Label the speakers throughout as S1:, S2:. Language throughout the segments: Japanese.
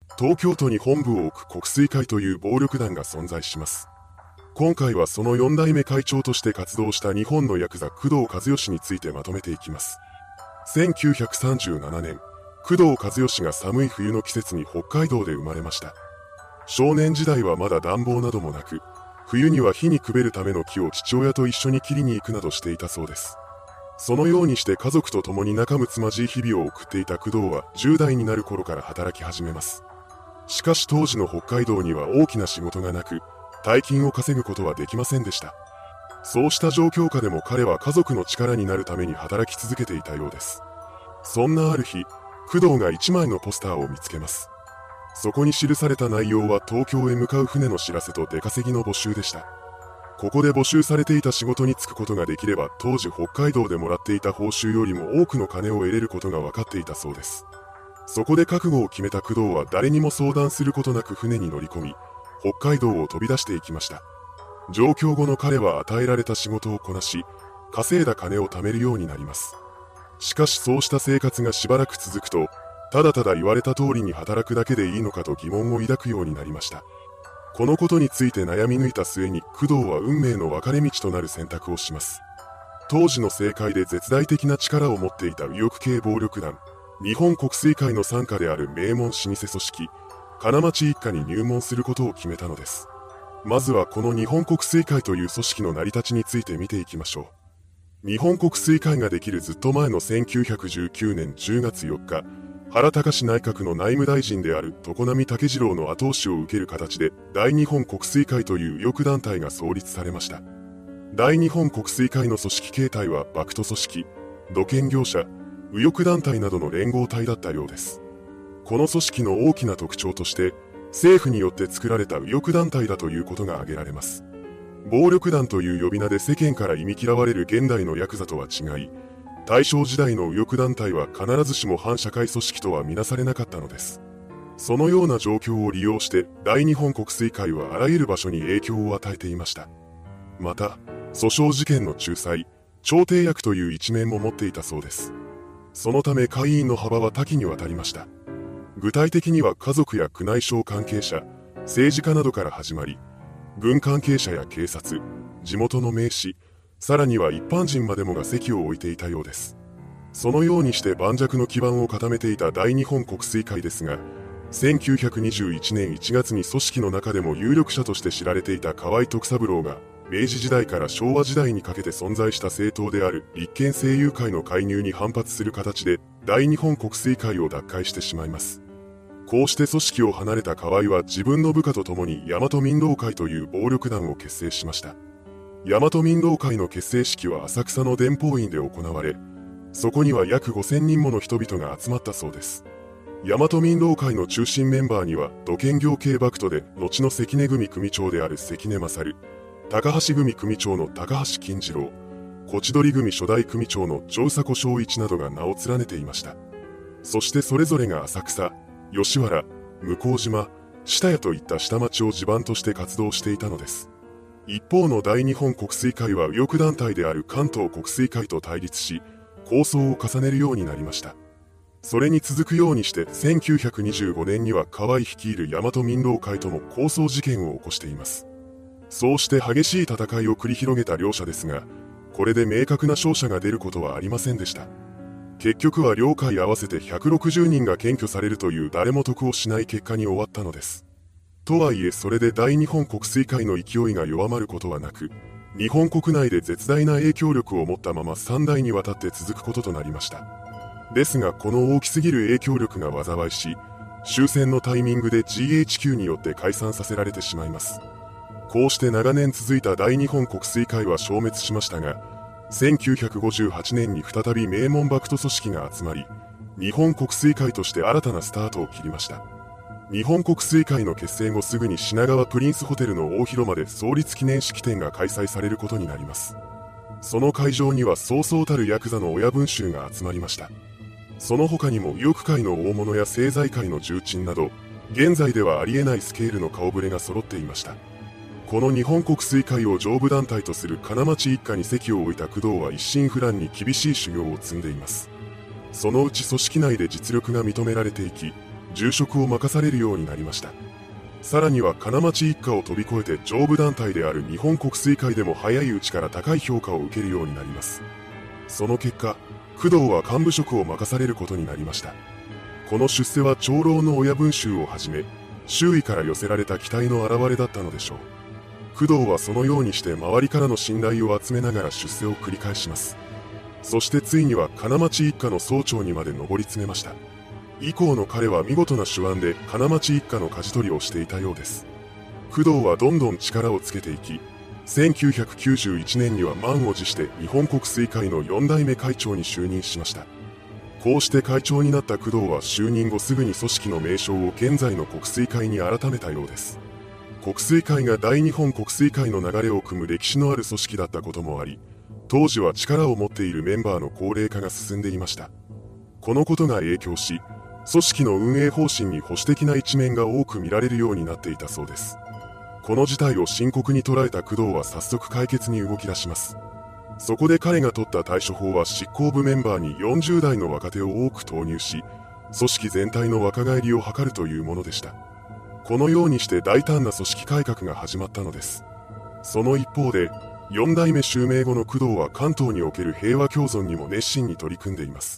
S1: 東京都に本部を置く国粋会という暴力団が存在します。今回はその4代目会長として活動した日本のヤクザ工藤和義についてまとめていきます。1937年、工藤和義が寒い冬の季節に北海道で生まれました。少年時代はまだ暖房などもなく、冬には火にくべるための木を父親と一緒に切りに行くなどしていたそうです。そのようにして家族と共に仲睦まじい日々を送っていた工藤は10代になる頃から働き始めます。しかし当時の北海道には大きな仕事がなく、大金を稼ぐことはできませんでした。そうした状況下でも彼は家族の力になるために働き続けていたようです。そんなある日、工藤が1枚のポスターを見つけます。そこに記された内容は東京へ向かう船の知らせと出稼ぎの募集でした。ここで募集されていた仕事に就くことができれば当時北海道でもらっていた報酬よりも多くの金を得れることが分かっていたそうです。そこで覚悟を決めた工藤は誰にも相談することなく船に乗り込み、北海道を飛び出していきました。上京後の彼は与えられた仕事をこなし、稼いだ金を貯めるようになります。しかしそうした生活がしばらく続くと、ただただ言われた通りに働くだけでいいのかと疑問を抱くようになりました。このことについて悩み抜いた末に工藤は運命の分かれ道となる選択をします。当時の政界で絶大的な力を持っていた右翼系暴力団、日本国粋会の傘下である名門老舗組織、金町一家に入門することを決めたのです。まずはこの日本国粋会という組織の成り立ちについて見ていきましょう。日本国粋会ができるずっと前の1919年10月4日、原敬内閣の内務大臣である常滑武次郎の後押しを受ける形で大日本国粋会という右翼団体が創立されました。大日本国粋会の組織形態は幕徒組織、土建業者、右翼団体などの連合体だったようです。この組織の大きな特徴として政府によって作られた右翼団体だということが挙げられます。暴力団という呼び名で世間から忌み嫌われる現代のヤクザとは違い、大正時代の右翼団体は必ずしも反社会組織とは見なされなかったのです。そのような状況を利用して大日本国粋会はあらゆる場所に影響を与えていました。また、訴訟事件の仲裁、調停役という一面も持っていたそうです。そのため会員の幅は多岐にわたりました。具体的には家族や宮内省関係者、政治家などから始まり、軍関係者や警察、地元の名士、さらには一般人までもが籍を置いていたようです。そのようにして盤石の基盤を固めていた大日本国粋会ですが、1921年1月に組織の中でも有力者として知られていた河合徳三郎が、明治時代から昭和時代にかけて存在した政党である立憲政友会の介入に反発する形で、大日本国粋会を脱会してしまいます。こうして組織を離れた河合は自分の部下と共に大和民労会という暴力団を結成しました。大和民労会の結成式は浅草の伝法院で行われ、そこには約5000人もの人々が集まったそうです。大和民労会の中心メンバーには土建業系幕徒で後の関根組組長である関根勝、高橋組組長の高橋金次郎、小千鳥組初代組長の城迫正一などが名を連ねていました。そしてそれぞれが浅草、吉原、向島、下谷といった下町を地盤として活動していたのです。一方の大日本国粋会は右翼団体である関東国粋会と対立し、抗争を重ねるようになりました。それに続くようにして1925年には河合率いる大和民労会とも抗争事件を起こしています。そうして激しい戦いを繰り広げた両者ですが、これで明確な勝者が出ることはありませんでした。結局は両会合わせて160人が検挙されるという誰も得をしない結果に終わったのです。とはいえそれで大日本国粋会の勢いが弱まることはなく、日本国内で絶大な影響力を持ったまま3代にわたって続くこととなりました。ですがこの大きすぎる影響力が災いし、終戦のタイミングで GHQ によって解散させられてしまいます。こうして長年続いた大日本国粋会は消滅しましたが、1958年に再び名門幕徒組織が集まり、日本国粋会として新たなスタートを切りました。日本国粋会の結成後すぐに品川プリンスホテルの大広間で創立記念式典が開催されることになります。その会場にはそうそうたるヤクザの親分衆が集まりました。その他にも右翼界の大物や政財界の重鎮など、現在ではありえないスケールの顔ぶれが揃っていました。この日本国粋会を上部団体とする金町一家に籍を置いた工藤は一心不乱に厳しい修行を積んでいます。そのうち組織内で実力が認められていき、 住職を任されるようになりました。さらには金町一家を飛び越えて上部団体である日本国水会でも早いうちから高い評価を受けるようになります。その結果、工藤は幹部職を任されることになりました。この出世は長老の親分衆をはじめ、周囲から寄せられた期待の表れだったのでしょう。工藤はそのようにして周りからの信頼を集めながら出世を繰り返します。そしてついには金町一家の総長にまで上り詰めました。以降の彼は見事な手腕で金町一家の舵取りをしていたようです。工藤はどんどん力をつけていき、1991年には満を持して日本国水会の4代目会長に就任しました。こうして会長になった工藤は就任後すぐに組織の名称を現在の国水会に改めたようです。国水会が大日本国水会の流れを組む歴史のある組織だったこともあり、当時は力を持っているメンバーの高齢化が進んでいました。このことが影響し、組織の運営方針に保守的な一面が多く見られるようになっていたそうです。この事態を深刻に捉えた工藤は早速解決に動き出します。そこで彼が取った対処法は執行部メンバーに40代の若手を多く投入し、組織全体の若返りを図るというものでした。このようにして大胆な組織改革が始まったのです。その一方で、4代目襲名後の工藤は関東における平和共存にも熱心に取り組んでいます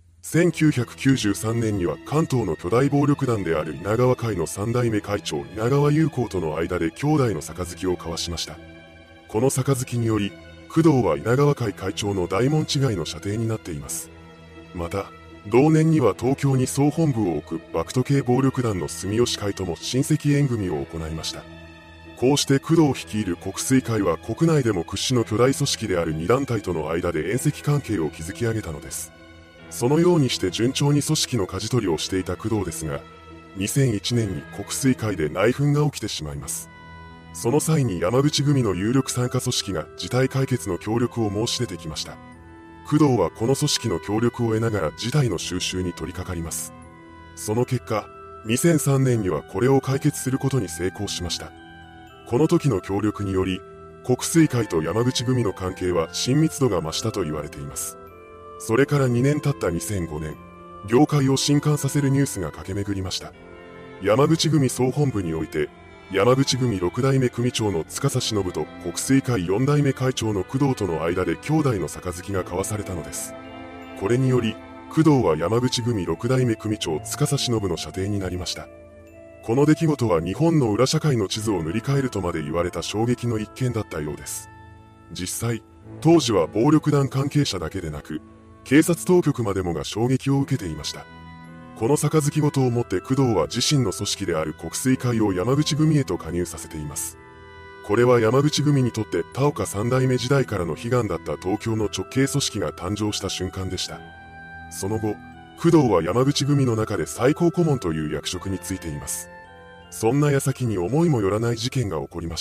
S1: 。1993年には関東の巨大暴力団である稲川会の3代目会長稲川裕光との間で兄弟の杯を交わしました。この杯により、工藤は稲川会会長の大門違いの舎弟になっています。また、同年には東京に総本部を置くバクト系暴力団の住吉会とも親戚縁組を行いました。こうして工藤率いる国水会は国内でも屈指の巨大組織である2団体との間で縁戚関係を築き上げたのです。そのようにして順調に組織の舵取りをしていた工藤ですが、2001年に国水会で内紛が起きてしまいます。その際に山口組の有力傘下組織が事態解決の協力を申し出てきました。工藤はこの組織の協力を得ながら事態の収拾に取り掛かります。その結果、2003年にはこれを解決することに成功しました。この時の協力により、国水会と山口組の関係は親密度が増したと言われています。それから2年経った2005年、業界を震撼させるニュースが駆け巡りました。山口組総本部において、山口組6代目組長の司忍と国水会4代目会長の工藤との間で兄弟の杯が交わされたのです。これにより、工藤は山口組6代目組長司忍の舎弟になりました。この出来事は日本の裏社会の地図を塗り替えるとまで言われた衝撃の一件だったようです。実際、当時は暴力団関係者だけでなく、警察当局までもが衝撃を受けていました。この杯ごとをもって工藤は自身の組織である国水会を山口組へと加入させています。これは山口組にとって田岡三代目時代からの悲願だった東京の直系組織が誕生した瞬間でした。その後、工藤は山口組の中で最高顧問という役職に就いています。そんな矢先に思いもよらない事件が起こりました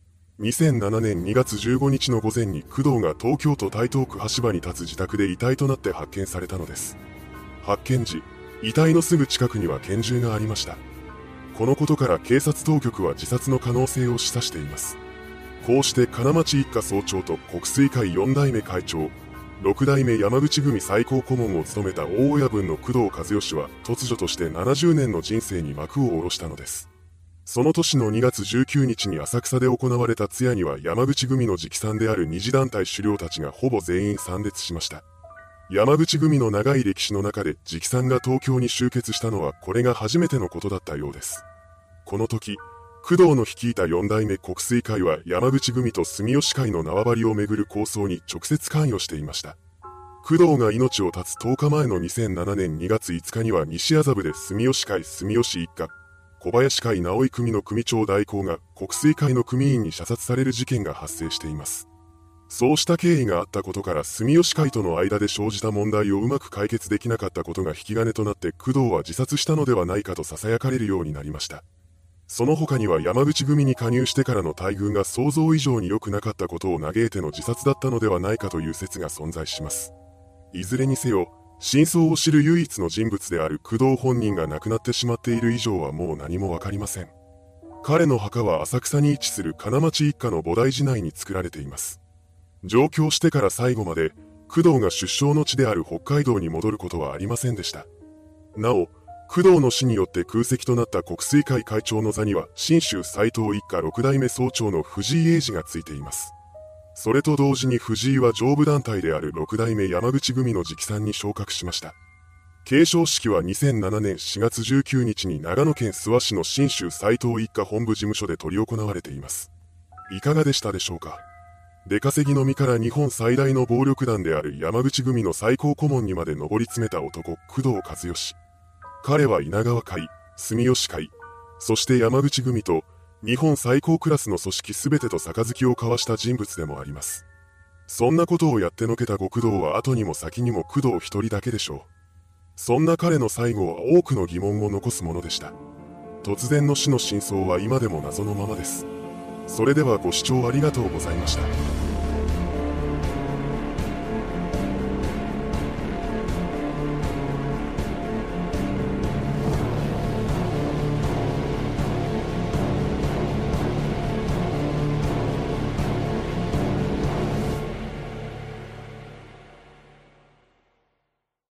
S1: 。2007年2月15日の午前に工藤が東京都台東区橋場に立つ自宅で遺体となって発見されたのです。発見時、遺体のすぐ近くには拳銃がありました。このことから警察当局は自殺の可能性を示唆しています。こうして金町一家総長と国水会4代目会長、6代目山口組最高顧問を務めた大親分の工藤和義は突如として70年の人生に幕を下ろしたのです。その年の2月19日に浅草で行われた通夜には山口組の直参である二次団体首領たちがほぼ全員参列しました。山口組の長い歴史の中で直参が東京に集結したのはこれが初めてのことだったようです。この時、工藤の率いた4代目国水会は山口組と住吉会の縄張りをめぐる抗争に直接関与していました。工藤が命を絶つ10日前の2007年2月5日には西麻布で住吉会住吉一家、小林会直井組の組長代行が国水会の組員に射殺される事件が発生しています。そうした経緯があったことから住吉会との間で生じた問題をうまく解決できなかったことが引き金となって工藤は自殺したのではないかと囁かれるようになりました。その他には山口組に加入してからの待遇が想像以上に良くなかったことを嘆いての自殺だったのではないかという説が存在します。いずれにせよ、真相を知る唯一の人物である工藤本人が亡くなってしまっている以上はもう何もわかりません。彼の墓は浅草に位置する金町一家の菩提寺内に作られています。上京してから最後まで、工藤が出生の地である北海道に戻ることはありませんでした。なお、 工藤の死によって空席となった国粋会会長の座には、信州斎藤一家6代目総長の藤井英二がついています。それと同時に藤井は上部団体である6代目山口組の直参に昇格しました。継承式は2007年4月19日に長野県諏訪市の信州斎藤一家本部事務所で執り行われています。いかがでしたでしょうか。出稼ぎの身から日本最大の暴力団である山口組の最高顧問にまで上り詰めた男、工藤和義。彼は稲川会、住吉会、そして山口組と日本最高クラスの組織すべてと杯を交わした人物でもあります。そんなことをやってのけた極道は後にも先にも工藤一人だけでしょう。そんな彼の最後は多くの疑問を残すものでした。突然の死の真相は今でも謎のままです。それではご視聴ありがとうございました。